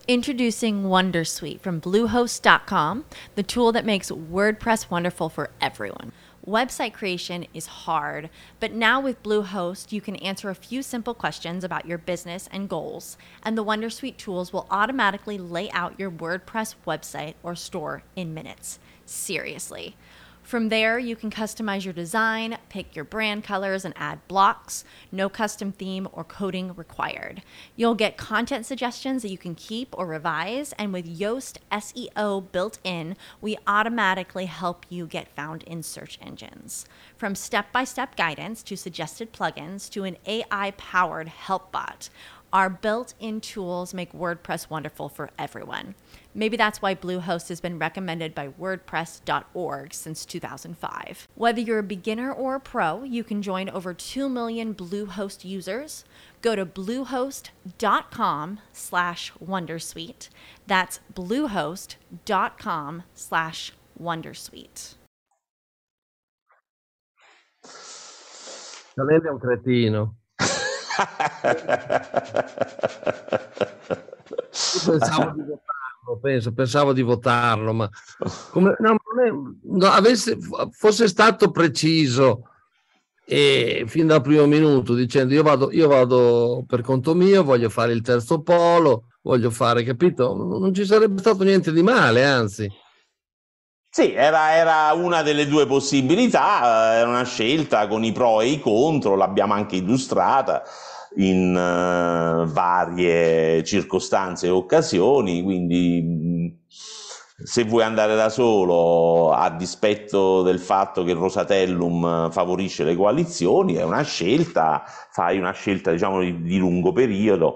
Introducing Wondersuite from Bluehost.com, the tool that makes WordPress wonderful for everyone. Website creation is hard, but now with Bluehost, you can answer a few simple questions about your business and goals, and the Wondersuite tools will automatically lay out your WordPress website or store in minutes. Seriously. From there, you can customize your design, pick your brand colors, and add blocks. No custom theme or coding required. You'll get content suggestions that you can keep or revise, and with Yoast SEO built in, we automatically help you get found in search engines. From step-by-step guidance to suggested plugins to an AI-powered help bot, our built-in tools make WordPress wonderful for everyone. Maybe that's why Bluehost has been recommended by WordPress.org since 2005. Whether you're a beginner or a pro, you can join over 2 million Bluehost users. Go to bluehost.com/wondersuite. That's bluehost.com/wondersuite. Calenda è un cretino. Pensavo di votarlo, ma come fosse stato preciso e fin dal primo minuto dicendo io vado per conto mio, voglio fare il terzo polo, voglio fare, capito? Non ci sarebbe stato niente di male, anzi. Sì, era una delle due possibilità, era una scelta con i pro e i contro, l'abbiamo anche illustrata in varie circostanze e occasioni, quindi se vuoi andare da solo a dispetto del fatto che il Rosatellum favorisce le coalizioni, è una scelta, fai una scelta diciamo di lungo periodo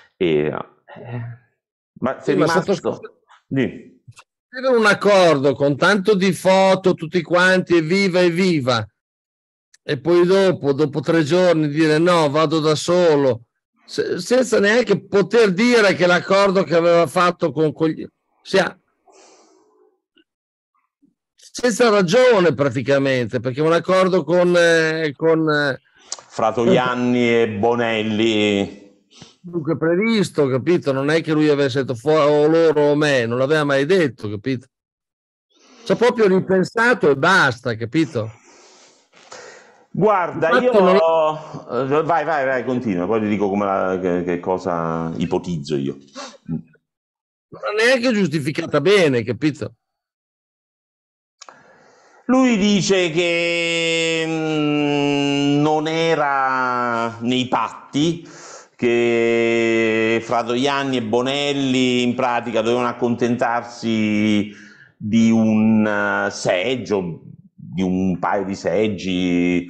ma sei rimasto Era un accordo con tanto di foto, tutti quanti, evviva, e poi dopo 3 giorni dire no, vado da solo, senza neanche poter dire che l'accordo che aveva fatto senza ragione praticamente, perché un accordo con Fratoianni e Bonelli dunque previsto, capito? Non è che lui avesse detto o loro o me, non l'aveva mai detto, capito? Ci ha proprio ripensato e basta, capito? Guarda, vai, continua, poi ti dico che cosa ipotizzo io. Non è neanche giustificata bene, capito? Lui dice che non era nei patti, che Fratoianni e Bonelli in pratica dovevano accontentarsi di un seggio, di un paio di seggi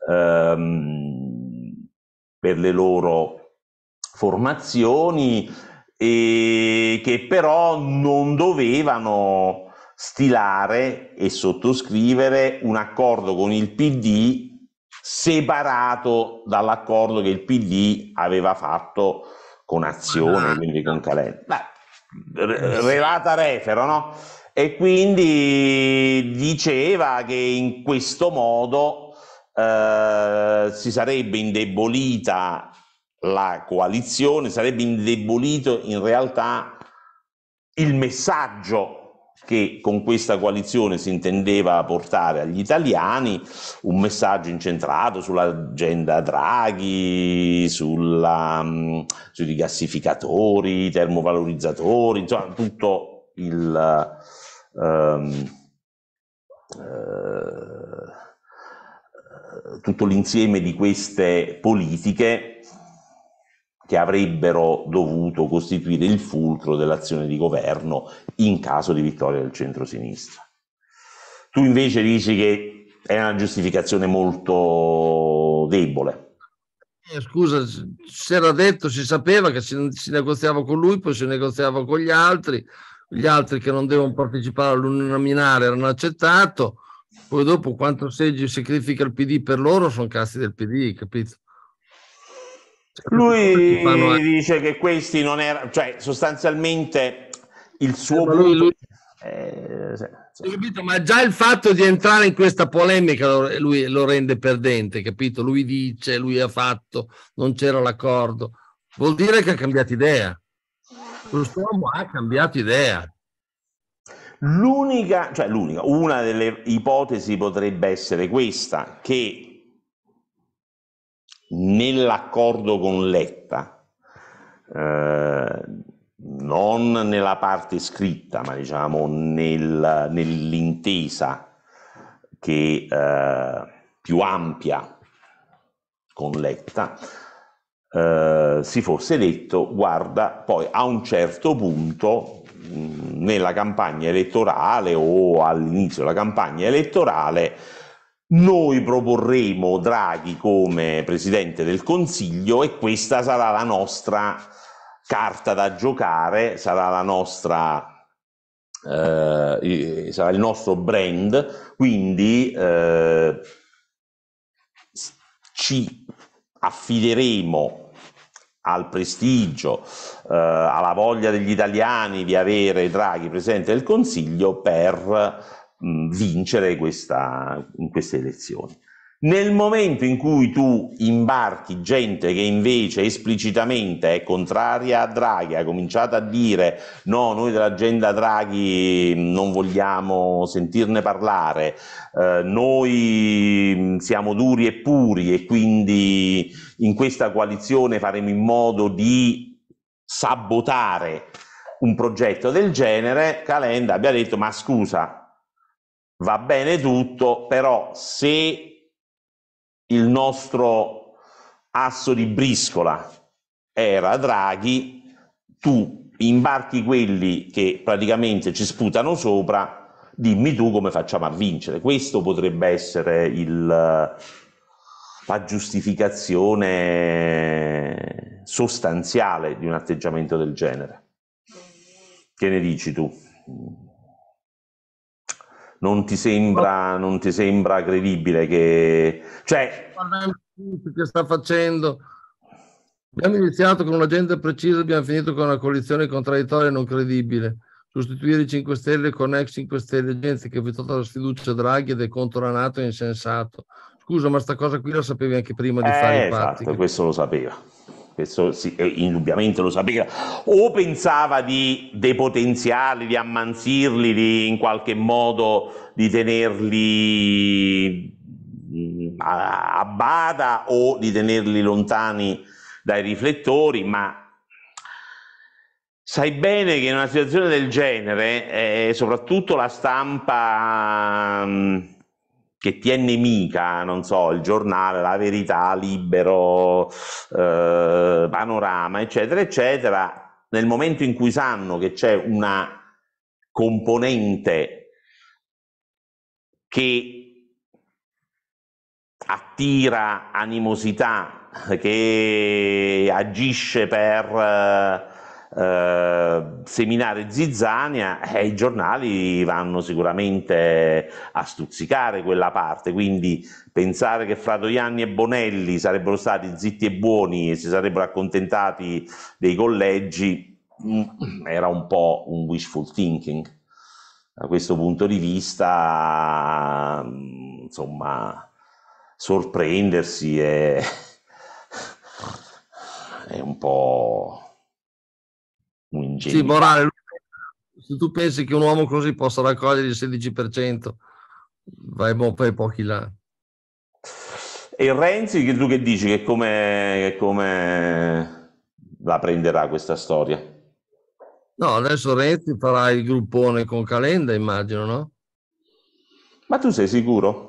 per le loro formazioni, e che però non dovevano stilare e sottoscrivere un accordo con il PD separato dall'accordo che il PD aveva fatto con Azione, quindi con Calenda. Relata refero, no? E quindi diceva che in questo modo si sarebbe indebolita la coalizione, sarebbe indebolito in realtà il messaggio che con questa coalizione si intendeva portare agli italiani, un messaggio incentrato sull'agenda Draghi, sui rigassificatori, i termovalorizzatori, insomma tutto tutto l'insieme di queste politiche che avrebbero dovuto costituire il fulcro dell'azione di governo in caso di vittoria del centro-sinistra. Tu invece dici che è una giustificazione molto debole. Scusa, si era detto, si sapeva che si negoziava con lui, poi si negoziava con gli altri che non devono partecipare all'uninominale erano accettato, poi dopo quanto seggi sacrifica il PD per loro sono cazzi del PD, capito? Lui dice che questi non erano, cioè sostanzialmente il suo punto... Capito? Ma già il fatto di entrare in questa polemica lui lo rende perdente, capito? Lui ha fatto, non c'era l'accordo, vuol dire che ha cambiato idea. Quest'uomo ha cambiato idea. Una delle ipotesi potrebbe essere questa, che nell'accordo con Letta, non nella parte scritta, ma diciamo nell'intesa che più ampia con Letta, si fosse detto: guarda, poi a un certo punto nella campagna elettorale o all'inizio della campagna elettorale noi proporremo Draghi come Presidente del Consiglio e questa sarà la nostra carta da giocare, sarà la nostra sarà il nostro brand, quindi ci affideremo al prestigio, alla voglia degli italiani di avere Draghi Presidente del Consiglio per vincere in queste elezioni. Nel momento in cui tu imbarchi gente che invece esplicitamente è contraria a Draghi, ha cominciato a dire no, noi dell'agenda Draghi non vogliamo sentirne parlare, noi siamo duri e puri e quindi in questa coalizione faremo in modo di sabotare un progetto del genere, Calenda abbia detto: ma scusa, va bene tutto, però se il nostro asso di briscola era Draghi, tu imbarchi quelli che praticamente ci sputano sopra, dimmi tu come facciamo a vincere. Questo potrebbe essere la giustificazione sostanziale di un atteggiamento del genere. Che ne dici tu? Non ti sembra credibile che... che sta facendo? Abbiamo iniziato con un'agenda precisa, abbiamo finito con una coalizione contraddittoria e non credibile. Sostituire i 5 Stelle con ex 5 Stelle, gente che ha votato la sfiducia Draghi ed è contro la NATO è insensato. Scusa, ma sta cosa qui la sapevi anche prima di fare i patti? Esatto, questo lo sapeva. Questo sì, indubbiamente lo sapeva, o pensava di depotenziarli, di ammansirli, di in qualche modo di tenerli a bada o di tenerli lontani dai riflettori, ma sai bene che in una situazione del genere, soprattutto la stampa che ti è nemica, non so, il giornale, La Verità, Libero, Panorama, eccetera, eccetera, nel momento in cui sanno che c'è una componente che attira animosità, che agisce per seminare zizzania, i giornali vanno sicuramente a stuzzicare quella parte, quindi pensare che Fratoianni e Bonelli sarebbero stati zitti e buoni e si sarebbero accontentati dei collegi era un po' un wishful thinking. Da questo punto di vista, insomma, sorprendersi è un po' Sì, Morale, se tu pensi che un uomo così possa raccogliere il 16%, vai pochi là. E Renzi, tu che dici? Che come la prenderà questa storia? No, adesso Renzi farà il gruppone con Calenda, immagino, no? Ma tu sei sicuro?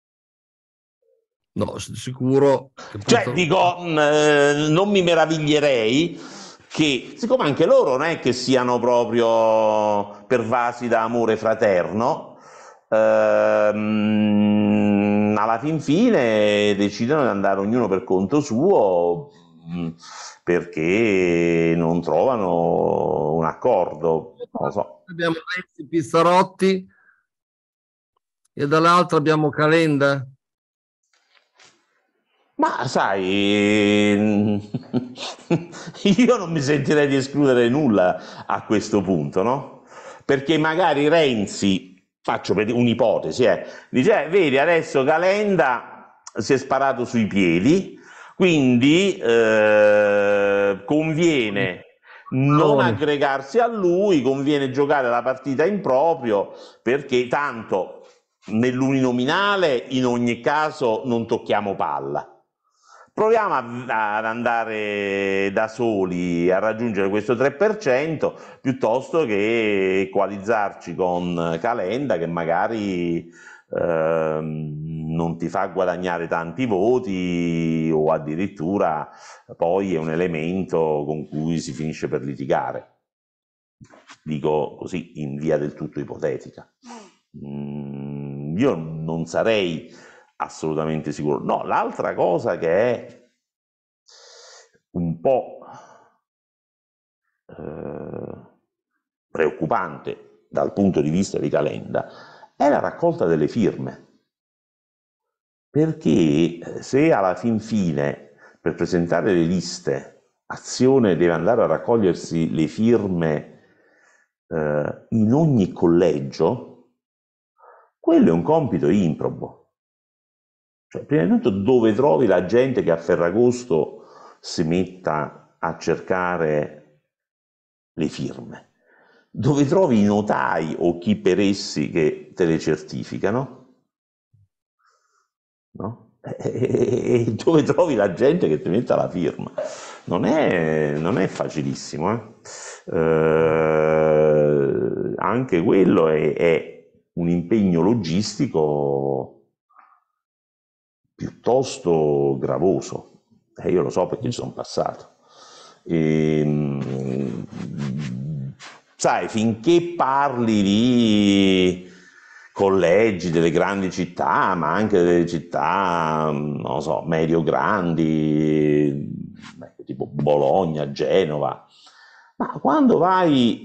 No, sicuro. Cioè, dico, non mi meraviglierei che, siccome anche loro non è che siano proprio pervasi da amore fraterno, alla fin fine decidono di andare ognuno per conto suo perché non trovano un accordo. Non lo so. Abbiamo Renzi, Pizzarotti e dall'altra abbiamo Calenda. Ma sai, io non mi sentirei di escludere nulla a questo punto, no? Perché magari Renzi, faccio un'ipotesi, dice, vedi adesso Calenda si è sparato sui piedi, quindi conviene non aggregarsi a lui, conviene giocare la partita in proprio, perché tanto nell'uninominale in ogni caso non tocchiamo palla. Proviamo ad andare da soli a raggiungere questo 3% piuttosto che equalizzarci con Calenda, che magari non ti fa guadagnare tanti voti, o addirittura poi è un elemento con cui si finisce per litigare. Dico così in via del tutto ipotetica. Io non sarei assolutamente sicuro. No, l'altra cosa che è un po' preoccupante dal punto di vista di Calenda è la raccolta delle firme, perché se alla fin fine per presentare le liste Azione deve andare a raccogliersi le firme in ogni collegio, quello è un compito improbo. Cioè, prima di tutto, dove trovi la gente che a Ferragosto si metta a cercare le firme? Dove trovi i notai o chi per essi che te le certificano? No? E dove trovi la gente che ti metta la firma? Non è facilissimo. Anche quello è un impegno logistico piuttosto gravoso. Io lo so perché ci sono passato. Sai, finché parli di collegi delle grandi città, ma anche delle città, non lo so, medio-grandi, tipo Bologna, Genova, ma quando vai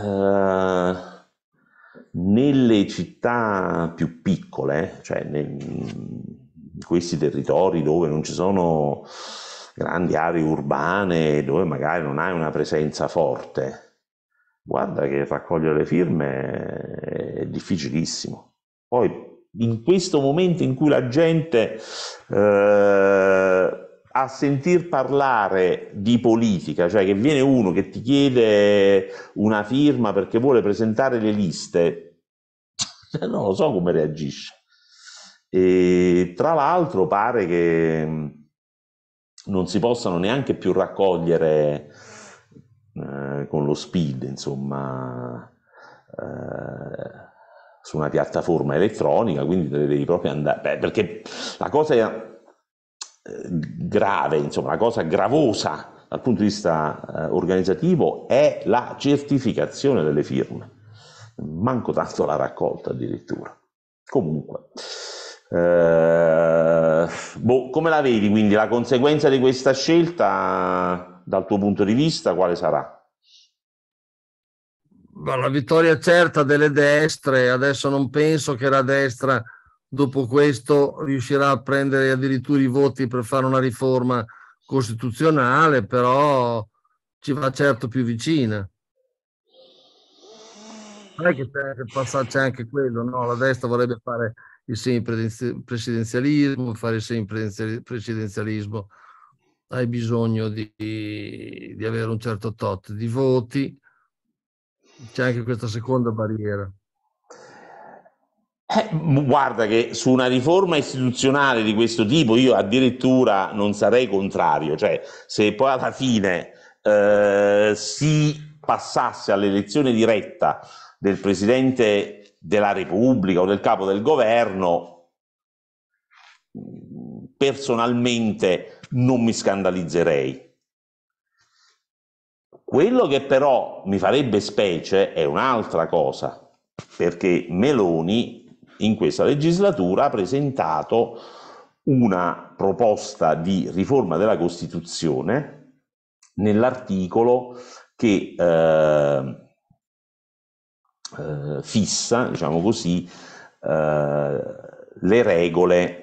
nelle città più piccole, cioè in questi territori dove non ci sono grandi aree urbane, dove magari non hai una presenza forte, guarda che raccogliere le firme è difficilissimo. Poi in questo momento in cui la gente a sentir parlare di politica, cioè che viene uno che ti chiede una firma perché vuole presentare le liste, non lo so come reagisce. E tra l'altro pare che non si possano neanche più raccogliere con lo SPID, insomma, su una piattaforma elettronica, quindi te devi proprio andare, perché la cosa grave, insomma, la cosa gravosa dal punto di vista organizzativo è la certificazione delle firme, manco tanto la raccolta addirittura. Comunque, come la vedi quindi la conseguenza di questa scelta dal tuo punto di vista, quale sarà? La vittoria certa delle destre. Adesso non penso che la destra dopo questo riuscirà a prendere addirittura i voti per fare una riforma costituzionale, però ci va certo più vicina. Non è che c'è anche quello, no? La destra vorrebbe fare il semipresidenzialismo, fare il semipresidenzialismo hai bisogno di avere un certo tot di voti. C'è anche questa seconda barriera. Guarda che su una riforma istituzionale di questo tipo io addirittura non sarei contrario, cioè se poi alla fine si passasse all'elezione diretta del Presidente della Repubblica o del Capo del Governo, personalmente non mi scandalizzerei. Quello che però mi farebbe specie è un'altra cosa, perché Meloni in questa legislatura ha presentato una proposta di riforma della Costituzione nell'articolo che fissa, diciamo così, le regole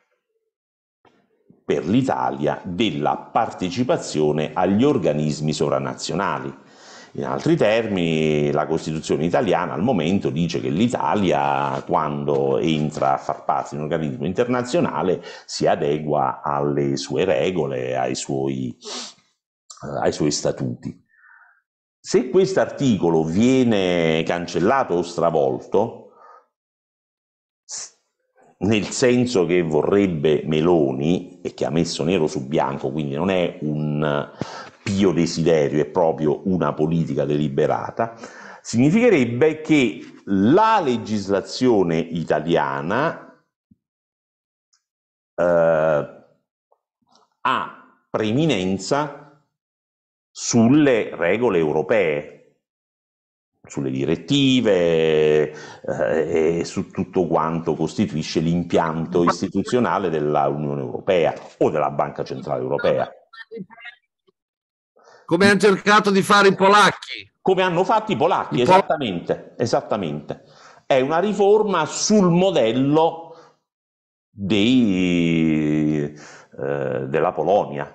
per l'Italia della partecipazione agli organismi sovranazionali. In altri termini, la Costituzione italiana al momento dice che l'Italia, quando entra a far parte di un organismo internazionale, si adegua alle sue regole, ai suoi statuti. Se questo articolo viene cancellato o stravolto, nel senso che vorrebbe Meloni e che ha messo nero su bianco, quindi non è un pio desiderio, è proprio una politica deliberata, significherebbe che la legislazione italiana ha preminenza sulle regole europee, sulle direttive e su tutto quanto costituisce l'impianto istituzionale dell'Unione Europea o della Banca Centrale Europea. Come hanno cercato di fare i polacchi. Come hanno fatto i polacchi, esattamente. È una riforma sul modello della Polonia.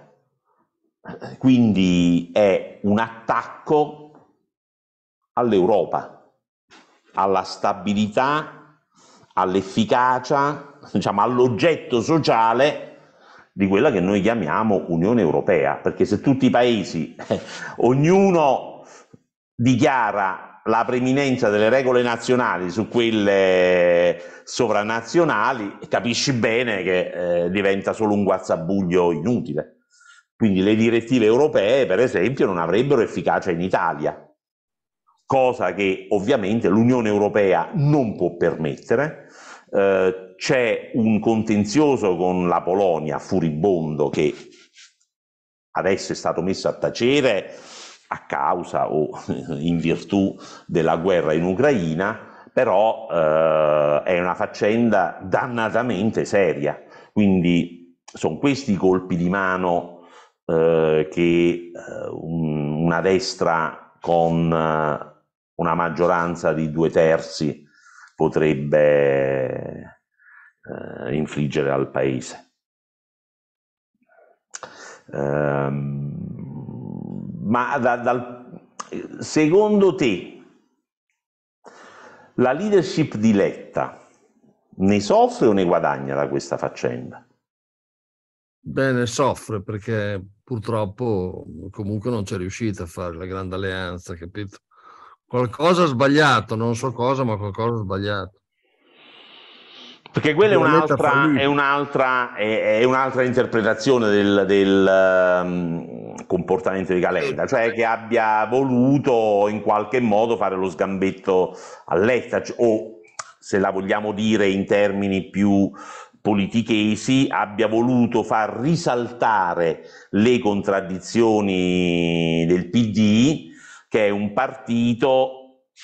Quindi è un attacco all'Europa, alla stabilità, all'efficacia, diciamo all'oggetto sociale di quella che noi chiamiamo Unione Europea, perché se tutti i paesi, ognuno dichiara la preminenza delle regole nazionali su quelle sovranazionali, capisci bene che diventa solo un guazzabuglio inutile. Quindi le direttive europee, per esempio, non avrebbero efficacia in Italia, cosa che ovviamente l'Unione Europea non può permettere. C'è un contenzioso con la Polonia furibondo che adesso è stato messo a tacere a causa o in virtù della guerra in Ucraina, però è una faccenda dannatamente seria. Quindi sono questi i colpi di mano che una destra con una maggioranza di 2/3 potrebbe infliggere al paese. Ma secondo te la leadership di Letta ne soffre o ne guadagna da questa faccenda? Bene, soffre perché purtroppo comunque non c'è riuscita a fare la grande alleanza, capito? Qualcosa ha sbagliato, non so cosa, ma qualcosa ha sbagliato. Perché quella è un'altra interpretazione del comportamento di Calenda, cioè che abbia voluto in qualche modo fare lo sgambetto a Letta, o se la vogliamo dire in termini più politichesi, abbia voluto far risaltare le contraddizioni del PD, che è un partito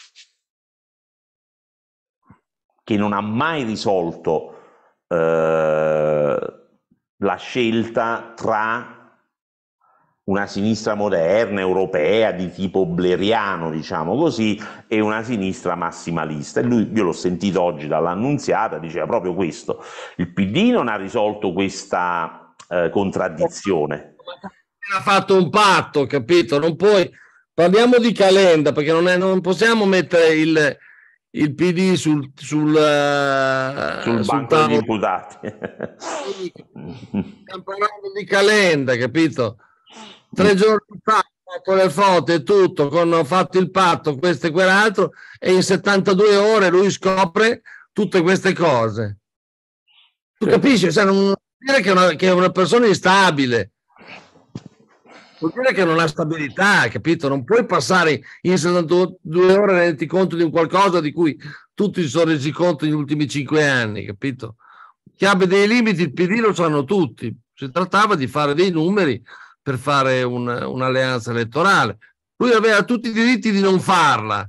che non ha mai risolto la scelta tra una sinistra moderna, europea, di tipo bleriano, diciamo così, e una sinistra massimalista. E lui, io l'ho sentito oggi dall'Annunziata, diceva proprio questo. Il PD non ha risolto questa contraddizione. Ha fatto un patto, capito? Non puoi... Parliamo di Calenda, perché non possiamo mettere il PD sul banco degli imputati. Stiamo parlando di Calenda, capito? 3 giorni fa con le foto e tutto, hanno fatto il patto, questo e quell'altro, e in 72 ore lui scopre tutte queste cose. Tu capisci? Cioè, non vuol dire che è una persona instabile, vuol dire che non ha stabilità, capito? Non puoi passare in 72 ore a renderti conto di un qualcosa di cui tutti si sono resi conto negli ultimi 5 anni, capito? Che abbia dei limiti, il PD lo sanno tutti. Si trattava di fare dei numeri per fare un'alleanza elettorale. Lui aveva tutti i diritti di non farla,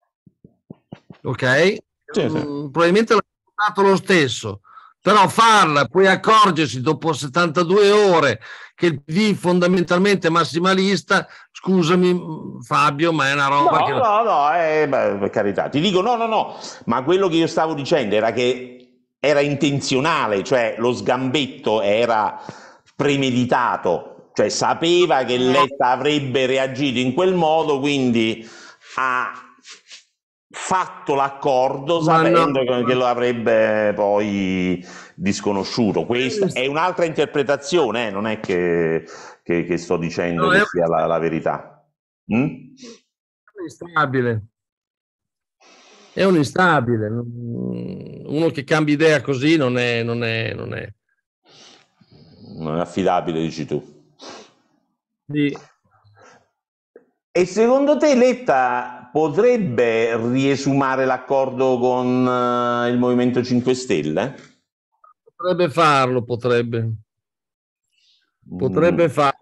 ok? Sì. Probabilmente l'ha fatto lo stesso, però farla, poi accorgersi dopo 72 ore che il PD fondamentalmente massimalista, scusami Fabio, ma è una roba per carità, ti dico no, ma quello che io stavo dicendo era che era intenzionale, cioè lo sgambetto era premeditato, cioè sapeva che Letta avrebbe reagito in quel modo, quindi ha fatto l'accordo sapendo che lo avrebbe poi disconosciuto. Questa è un'altra interpretazione, non è che sto dicendo che sia la verità. instabile. È un instabile. Uno che cambia idea così non è affidabile, dici tu. Sì. E secondo te Letta potrebbe riesumare l'accordo con il Movimento 5 Stelle? Potrebbe farlo, potrebbe farlo.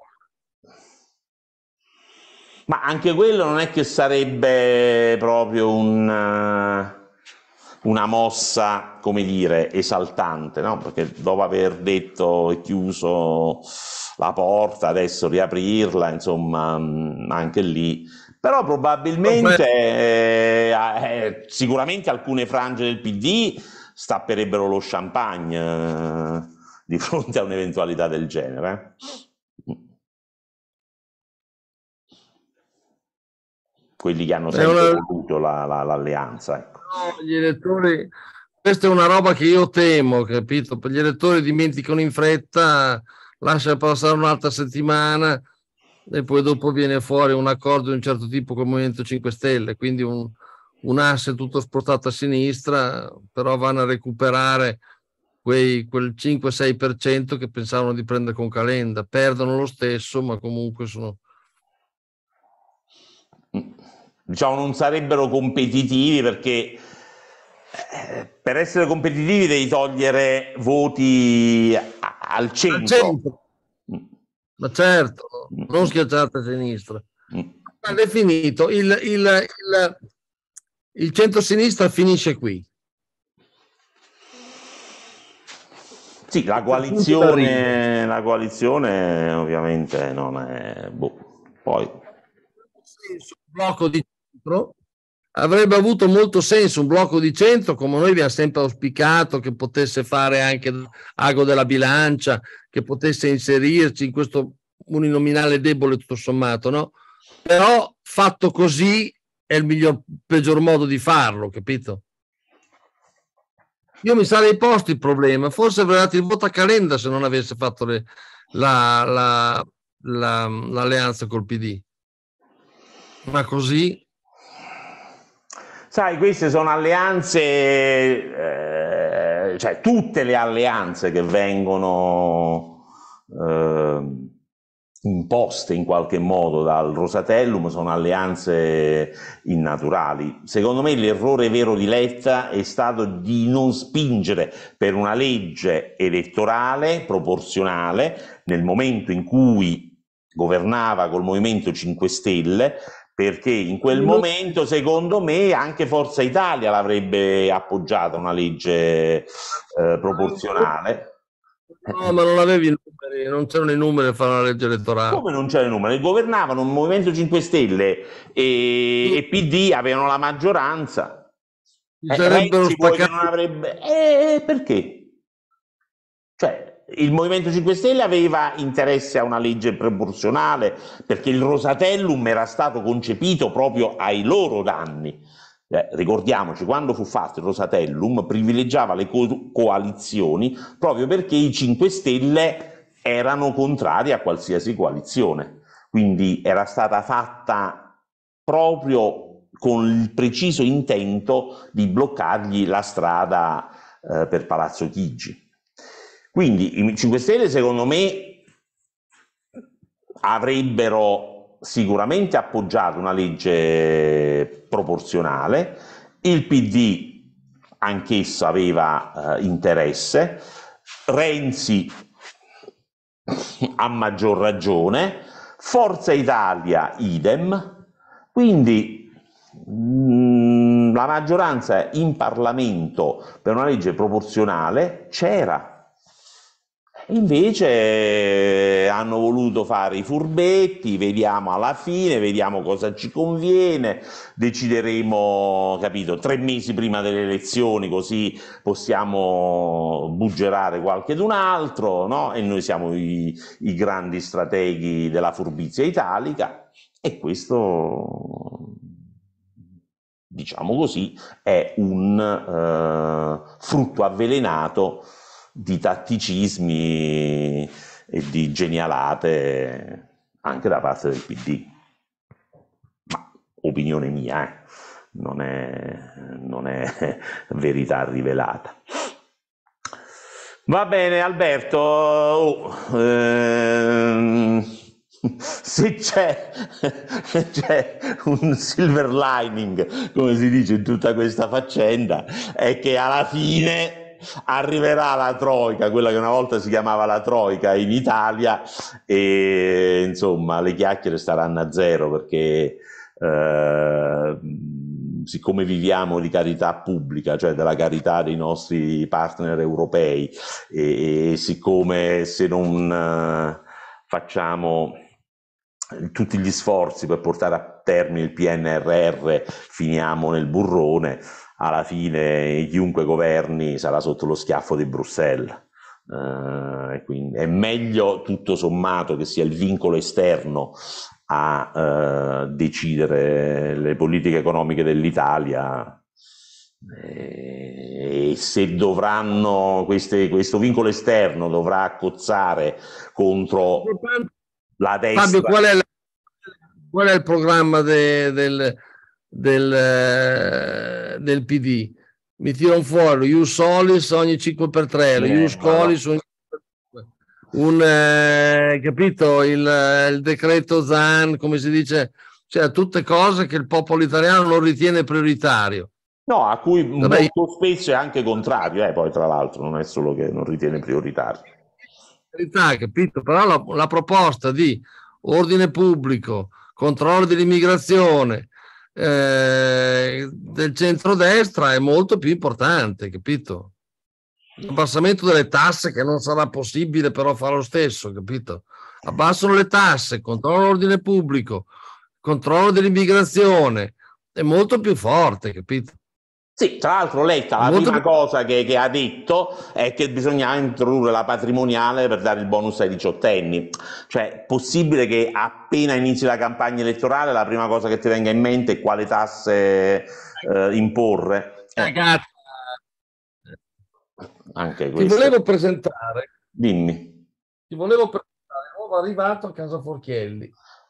Ma anche quello non è che sarebbe proprio una mossa, come dire, esaltante, no? Perché dopo aver detto e chiuso la porta, adesso riaprirla, insomma, anche lì. Però probabilmente, sicuramente alcune frange del PD stapperebbero lo champagne di fronte a un'eventualità del genere. Quelli che hanno sempre voluto l'alleanza. Ecco. No, gli elettori, questa è una roba che io temo, capito? Gli elettori dimenticano in fretta, lascia passare un'altra settimana e poi dopo viene fuori un accordo di un certo tipo con il Movimento 5 Stelle, quindi un asse tutto spostato a sinistra, però vanno a recuperare quel 5-6% che pensavano di prendere con Calenda. Perdono lo stesso, ma comunque sono... Diciamo non sarebbero competitivi perché per essere competitivi devi togliere voti al centro. Ma certo, non schiacciate a sinistra. È finito, il centro-sinistra finisce qui. Sì, la coalizione ovviamente non è... Poi... Un blocco di centro avrebbe avuto molto senso, un blocco di centro come noi abbiamo sempre auspicato, che potesse fare anche ago della bilancia, che potesse inserirci in questo uninominale debole tutto sommato, no? Però fatto così è il peggior modo di farlo, capito? Io mi sarei posto il problema, forse avrei dato il voto a Calenda se non avesse fatto l'alleanza col PD. Ma così... Sai, queste sono alleanze, cioè tutte le alleanze che vengono imposte in qualche modo dal Rosatellum sono alleanze innaturali. Secondo me l'errore vero di Letta è stato di non spingere per una legge elettorale proporzionale nel momento in cui governava col Movimento 5 Stelle, perché in quel momento secondo me anche Forza Italia l'avrebbe appoggiata una legge proporzionale. No, ma non avevi i numeri, non c'erano i numeri per fare una legge elettorale. Come non c'erano i numeri? Governavano il Movimento 5 Stelle e PD avevano la maggioranza. Renzi poi che non avrebbe... perché? Cioè, il Movimento 5 Stelle aveva interesse a una legge proporzionale perché il Rosatellum era stato concepito proprio ai loro danni. Ricordiamoci, quando fu fatto il Rosatellum privilegiava le coalizioni proprio perché i 5 Stelle erano contrari a qualsiasi coalizione. Quindi era stata fatta proprio con il preciso intento di bloccargli la strada per Palazzo Chigi. Quindi i 5 Stelle secondo me avrebbero sicuramente appoggiato una legge proporzionale, il PD anch'esso aveva interesse, Renzi a maggior ragione, Forza Italia idem, quindi la maggioranza in Parlamento per una legge proporzionale c'era. Invece hanno voluto fare i furbetti, vediamo alla fine, vediamo cosa ci conviene, decideremo, capito, 3 mesi prima delle elezioni, così possiamo buggerare qualche d'un altro, no? E noi siamo i grandi strateghi della furbizia italica, e questo, diciamo così, è un frutto avvelenato di tatticismi e di genialate anche da parte del PD. Ma opinione mia, non è verità rivelata. Va bene Alberto, se c'è un silver lining, come si dice in tutta questa faccenda, è che alla fine arriverà la Troika, quella che una volta si chiamava la Troika in Italia, e insomma le chiacchiere staranno a zero, perché siccome viviamo di carità pubblica, cioè della carità dei nostri partner europei, e siccome se non facciamo tutti gli sforzi per portare a termine il PNRR finiamo nel burrone, alla fine chiunque governi sarà sotto lo schiaffo di Bruxelles. Quindi è meglio tutto sommato che sia il vincolo esterno a decidere le politiche economiche dell'Italia, e se dovranno questo vincolo esterno dovrà accozzare contro la destra. Fabio, qual è il programma del PD? Mi tirano fuori Ius Solis ogni 5x3, lo Ius Colis ogni 5x3. Capito, il decreto Zan, come si dice, cioè tutte cose che il popolo italiano non ritiene prioritario. No, a cui molto spesso è anche contrario, poi tra l'altro non è solo che non ritiene prioritario. Capito? Però la proposta di ordine pubblico, controllo dell'immigrazione del centrodestra è molto più importante, capito? L'abbassamento delle tasse, che non sarà possibile però fa lo stesso, capito? Abbassano le tasse, controllo l'ordine pubblico, controllo dell'immigrazione, è molto più forte, capito? Sì, tra l'altro Letta, la prima cosa che ha detto è che bisogna introdurre la patrimoniale per dare il bonus ai diciottenni. Cioè, è possibile che appena inizi la campagna elettorale la prima cosa che ti venga in mente è quale tasse imporre? Anche questo. Ti volevo presentare. Dimmi. Ti volevo presentare il nuovo arrivato a casa Forchielli.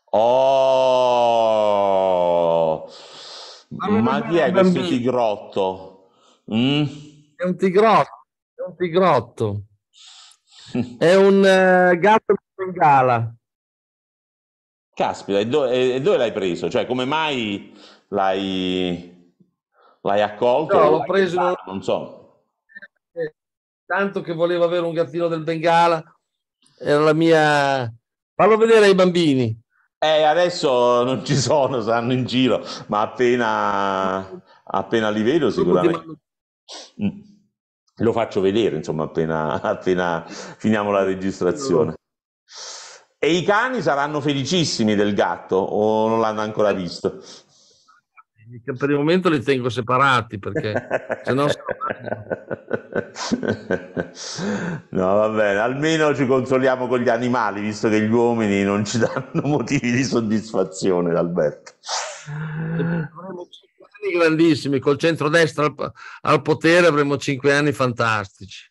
Oh! Ma chi è questo tigrotto? È un tigrotto. È un gatto di Bengala. Caspita, e dove l'hai preso? Cioè, come mai l'hai accolto? No, l'ho preso, non so. Tanto che volevo avere un gattino del Bengala. Era la mia... Fallo vedere ai bambini. Adesso non ci sono, saranno in giro, ma appena li vedo sicuramente lo faccio vedere, insomma, appena finiamo la registrazione. E i cani saranno felicissimi del gatto o non l'hanno ancora visto? Per il momento li tengo separati perché sennò no, va bene, almeno ci consoliamo con gli animali, visto che gli uomini non ci danno motivi di soddisfazione, Alberto. Avremo 5 anni grandissimi, col centrodestra al potere avremo 5 anni fantastici.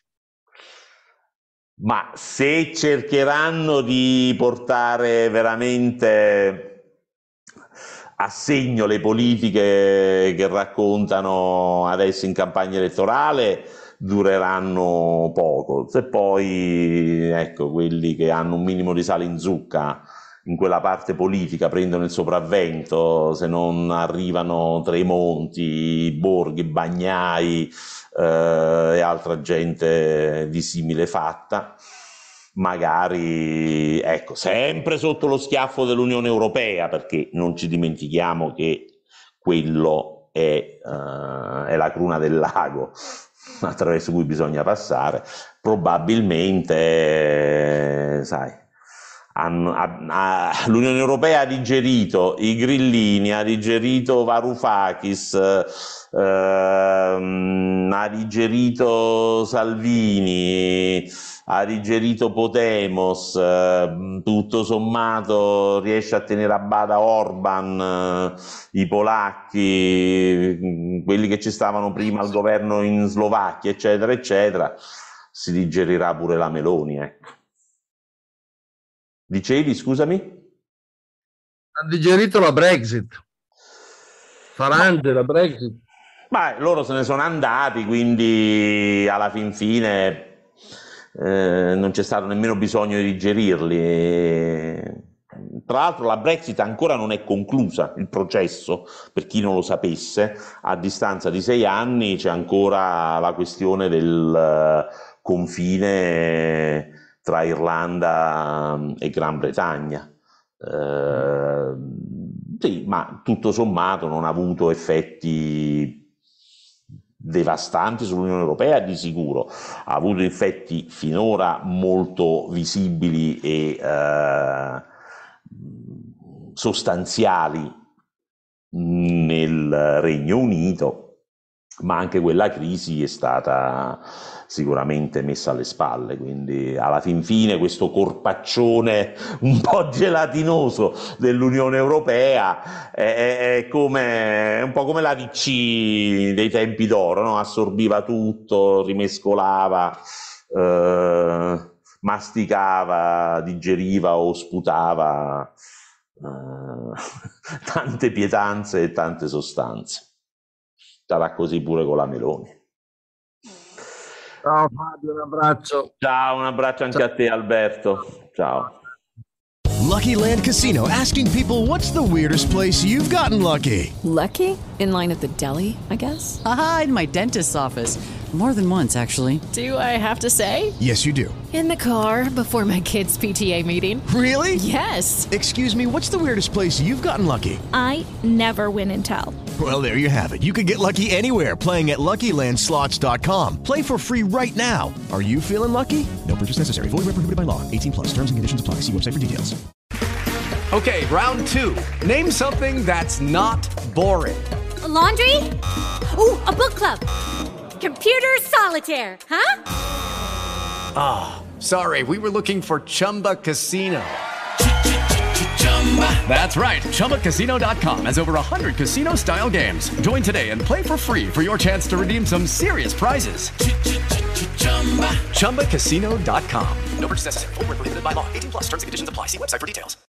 Ma se cercheranno di portare veramente a segno le politiche che raccontano adesso in campagna elettorale, dureranno poco. Se poi, ecco, quelli che hanno un minimo di sale in zucca in quella parte politica prendono il sopravvento, se non arrivano Tremonti, Borghi, Bagnai e altra gente di simile fatta, magari, ecco, sempre sotto lo schiaffo dell'Unione Europea, perché non ci dimentichiamo che quello è la cruna del lago attraverso cui bisogna passare, probabilmente, sai, l'Unione Europea ha digerito i grillini, ha digerito Varoufakis, ha digerito Salvini, ha digerito Podemos, tutto sommato riesce a tenere a bada Orban, i polacchi, quelli che ci stavano prima al governo in Slovacchia, eccetera, eccetera. Si digerirà pure la Meloni, ecco. Dicevi, scusami? Ha digerito la Brexit. Farage, la Brexit? Ma loro se ne sono andati, quindi alla fin fine non c'è stato nemmeno bisogno di digerirli. Tra l'altro la Brexit ancora non è conclusa, il processo, per chi non lo sapesse, a distanza di 6 anni c'è ancora la questione del confine tra Irlanda e Gran Bretagna. Sì, ma tutto sommato non ha avuto effetti devastanti sull'Unione Europea, di sicuro. Ha avuto effetti finora molto visibili e sostanziali nel Regno Unito, ma anche quella crisi è stata sicuramente messa alle spalle, quindi alla fin fine questo corpaccione un po' gelatinoso dell'Unione Europea è un po' come la DC dei tempi d'oro, no? Assorbiva tutto, rimescolava, masticava, digeriva o sputava tante pietanze e tante sostanze. Sarà così pure con la Meloni. Ciao Fabio, un abbraccio. Ciao, un abbraccio anche a te Alberto. Ciao. Lucky Land Casino, asking people, what's the weirdest place you've gotten lucky? Lucky? In line at the deli, I guess? Aha, in my dentist's office. More than once, actually. Do I have to say? Yes, you do. In the car before my kids' PTA meeting. Really? Yes. Excuse me, what's the weirdest place you've gotten lucky? I never win and tell. Well, there you have it. You can get lucky anywhere, playing at LuckyLandSlots.com. Play for free right now. Are you feeling lucky? No purchase necessary. Void where prohibited by law. 18+. Terms and conditions apply. See website for details. Okay, round 2. Name something that's not boring. A laundry? Ooh, a book club. Computer solitaire, huh? Ah, sorry, we were looking for Chumba Casino. That's right, ChumbaCasino.com has over 100 casino-style games. Join today and play for free for your chance to redeem some serious prizes. ChumbaCasino.com. No purchase necessary. Void where prohibited by law. 18+. Terms and conditions apply. See website for details.